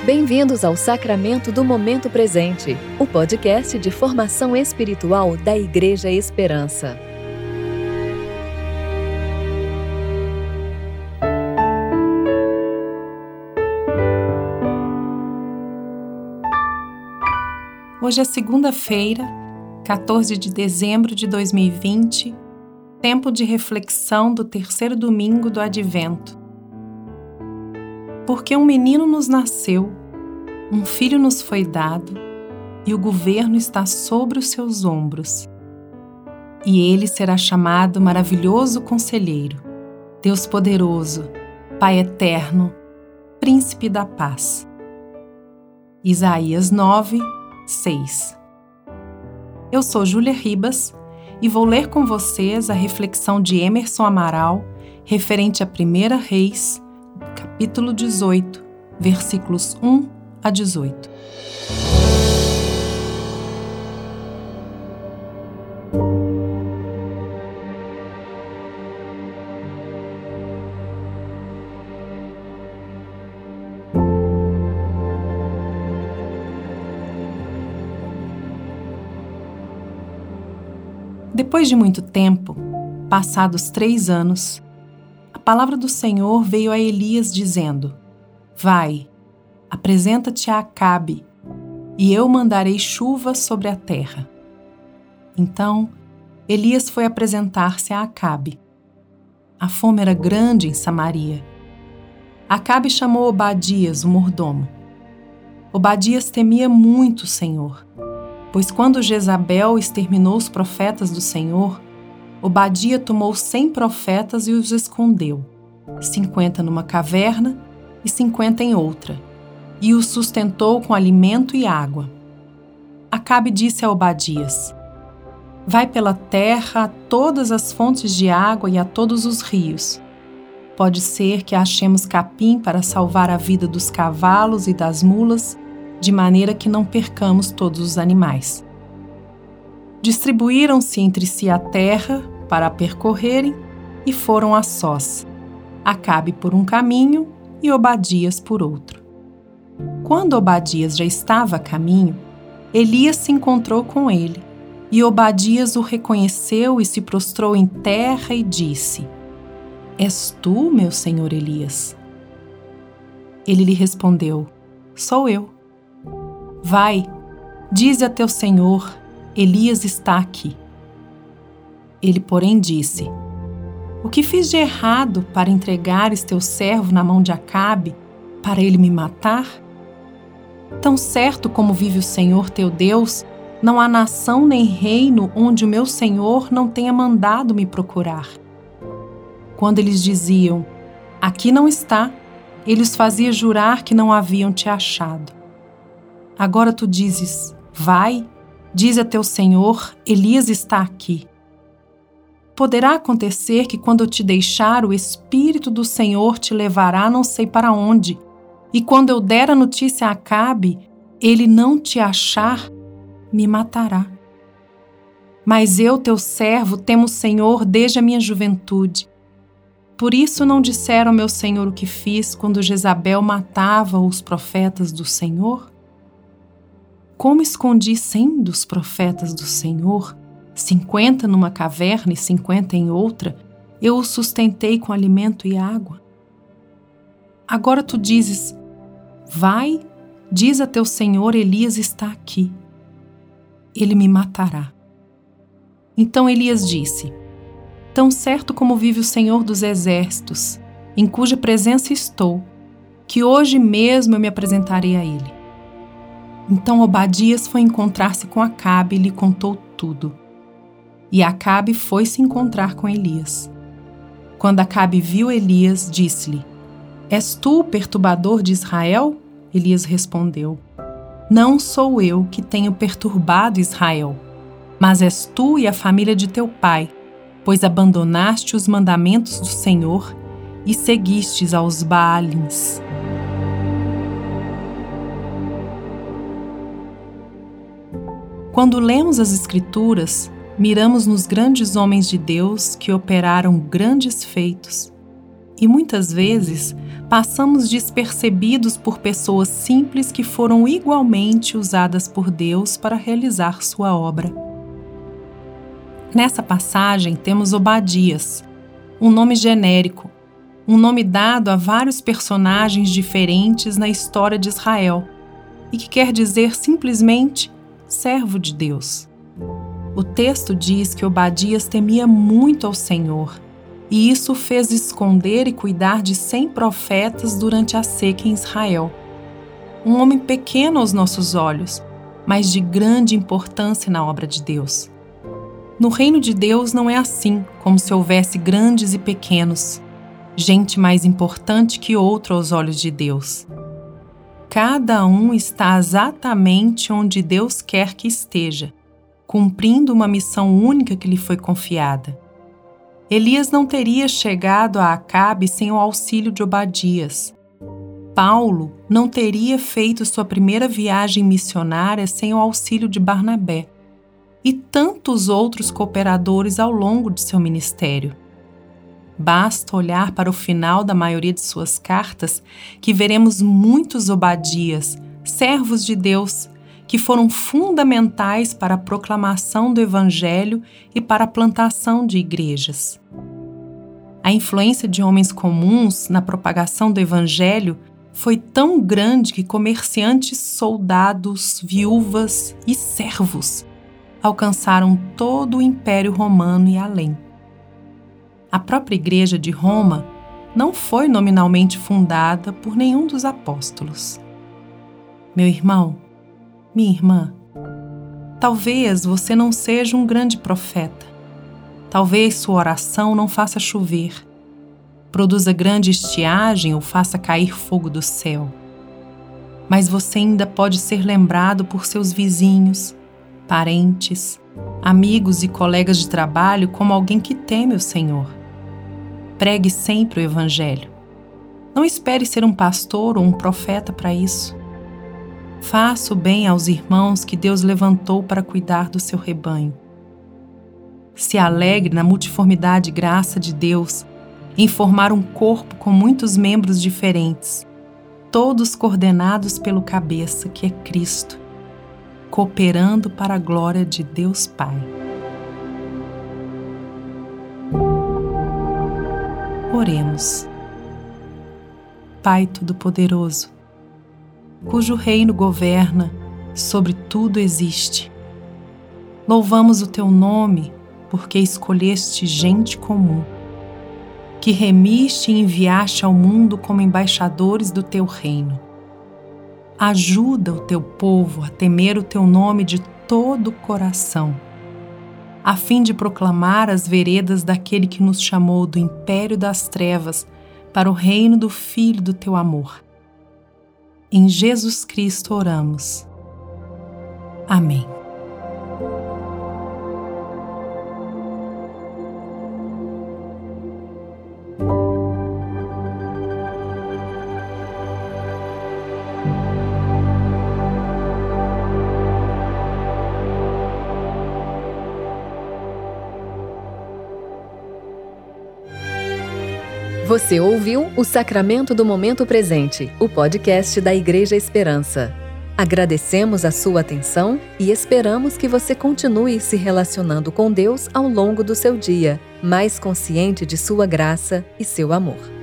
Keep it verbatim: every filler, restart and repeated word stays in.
Bem-vindos ao Sacramento do Momento Presente, o podcast de formação espiritual da Igreja Esperança. Hoje é segunda-feira, quatorze de dezembro de dois mil e vinte, tempo de reflexão do terceiro domingo do Advento. Porque um menino nos nasceu, um filho nos foi dado, e o governo está sobre os seus ombros. E ele será chamado Maravilhoso Conselheiro, Deus Poderoso, Pai Eterno, Príncipe da Paz. Isaías nove, seis. Eu sou Júlia Ribas e vou ler com vocês a reflexão de Emerson Amaral referente a primeira Reis, capítulo dezoito, versículos um a dezoito. Depois de muito tempo, passados três anos, a palavra do Senhor veio a Elias dizendo: Vai, apresenta-te a Acabe, e eu mandarei chuva sobre a terra. Então, Elias foi apresentar-se a Acabe. A fome era grande em Samaria. Acabe chamou Obadias, o mordomo. Obadias temia muito o Senhor, pois quando Jezabel exterminou os profetas do Senhor, Obadia tomou cem profetas e os escondeu, cinquenta numa caverna e cinquenta em outra, e os sustentou com alimento e água. Acabe disse a Obadias: Vai pela terra a todas as fontes de água e a todos os rios. Pode ser que achemos capim para salvar a vida dos cavalos e das mulas, de maneira que não percamos todos os animais. Distribuíram-se entre si a terra para a percorrerem e foram a sós, Acabe por um caminho e Obadias por outro. Quando Obadias já estava a caminho, Elias se encontrou com ele, e Obadias o reconheceu e se prostrou em terra e disse: És tu, meu senhor Elias? Ele lhe respondeu: Sou eu. Vai, dize a teu senhor, Elias está aqui. Ele, porém, disse: O que fiz de errado para entregares teu servo na mão de Acabe, para ele me matar? Tão certo como vive o Senhor teu Deus, não há nação nem reino onde o meu Senhor não tenha mandado me procurar. Quando eles diziam: Aqui não está, ele os fazia jurar que não haviam te achado. Agora tu dizes: Vai, diz a teu Senhor, Elias está aqui. Poderá acontecer que quando eu te deixar, o Espírito do Senhor te levará não sei para onde, e quando eu der a notícia a Acabe, ele não te achar, me matará. Mas eu, teu servo, temo o Senhor desde a minha juventude. Por isso não disseram ao meu Senhor o que fiz quando Jezabel matava os profetas do Senhor? Como escondi cem dos profetas do Senhor, cinquenta numa caverna e cinquenta em outra, eu os sustentei com alimento e água. Agora tu dizes: Vai, diz a teu senhor, Elias está aqui. Ele me matará. Então Elias disse: Tão certo como vive o Senhor dos Exércitos, em cuja presença estou, que hoje mesmo eu me apresentarei a ele. Então Obadias foi encontrar-se com Acabe e lhe contou tudo. E Acabe foi se encontrar com Elias. Quando Acabe viu Elias, disse-lhe: És tu o perturbador de Israel? Elias respondeu: Não sou eu que tenho perturbado Israel, mas és tu e a família de teu pai, pois abandonaste os mandamentos do Senhor e seguistes aos Baalins. Quando lemos as Escrituras, miramos nos grandes homens de Deus que operaram grandes feitos, E muitas vezes passamos despercebidos por pessoas simples que foram igualmente usadas por Deus para realizar sua obra. Nessa passagem temos Obadias, um nome genérico, um nome dado a vários personagens diferentes na história de Israel e que quer dizer simplesmente servo de Deus. O texto diz que Obadias temia muito ao Senhor e isso o fez esconder e cuidar de cem profetas durante a seca em Israel. Um homem pequeno aos nossos olhos, mas de grande importância na obra de Deus. No reino de Deus não é assim, como se houvesse grandes e pequenos, gente mais importante que outra aos olhos de Deus. Cada um está exatamente onde Deus quer que esteja, cumprindo uma missão única que lhe foi confiada. Elias não teria chegado a Acabe sem o auxílio de Obadias. Paulo não teria feito sua primeira viagem missionária sem o auxílio de Barnabé e tantos outros cooperadores ao longo de seu ministério. Basta olhar para o final da maioria de suas cartas que veremos muitos Obadias, servos de Deus, que foram fundamentais para a proclamação do Evangelho e para a plantação de igrejas. A influência de homens comuns na propagação do Evangelho foi tão grande que comerciantes, soldados, viúvas e servos alcançaram todo o Império Romano e além. A própria Igreja de Roma não foi nominalmente fundada por nenhum dos apóstolos. Meu irmão, minha irmã, talvez você não seja um grande profeta. Talvez sua oração não faça chover, produza grande estiagem ou faça cair fogo do céu. Mas você ainda pode ser lembrado por seus vizinhos, parentes, amigos e colegas de trabalho como alguém que teme o Senhor. Pregue sempre o Evangelho. Não espere ser um pastor ou um profeta para isso. Faça o bem aos irmãos que Deus levantou para cuidar do seu rebanho. Se alegre na multiformidade e graça de Deus em formar um corpo com muitos membros diferentes, todos coordenados pelo cabeça, que é Cristo, cooperando para a glória de Deus Pai. Oremos. Pai Todo-Poderoso, cujo reino governa, sobre tudo existe. Louvamos o Teu nome, porque escolheste gente comum, que remiste e enviaste ao mundo como embaixadores do Teu reino. Ajuda o Teu povo a temer o Teu nome de todo o coração, a fim de proclamar as veredas daquele que nos chamou do império das trevas para o reino do Filho do Teu amor. Em Jesus Cristo oramos. Amém. Você ouviu o Sacramento do Momento Presente, o podcast da Igreja Esperança. Agradecemos a sua atenção e esperamos que você continue se relacionando com Deus ao longo do seu dia, mais consciente de sua graça e seu amor.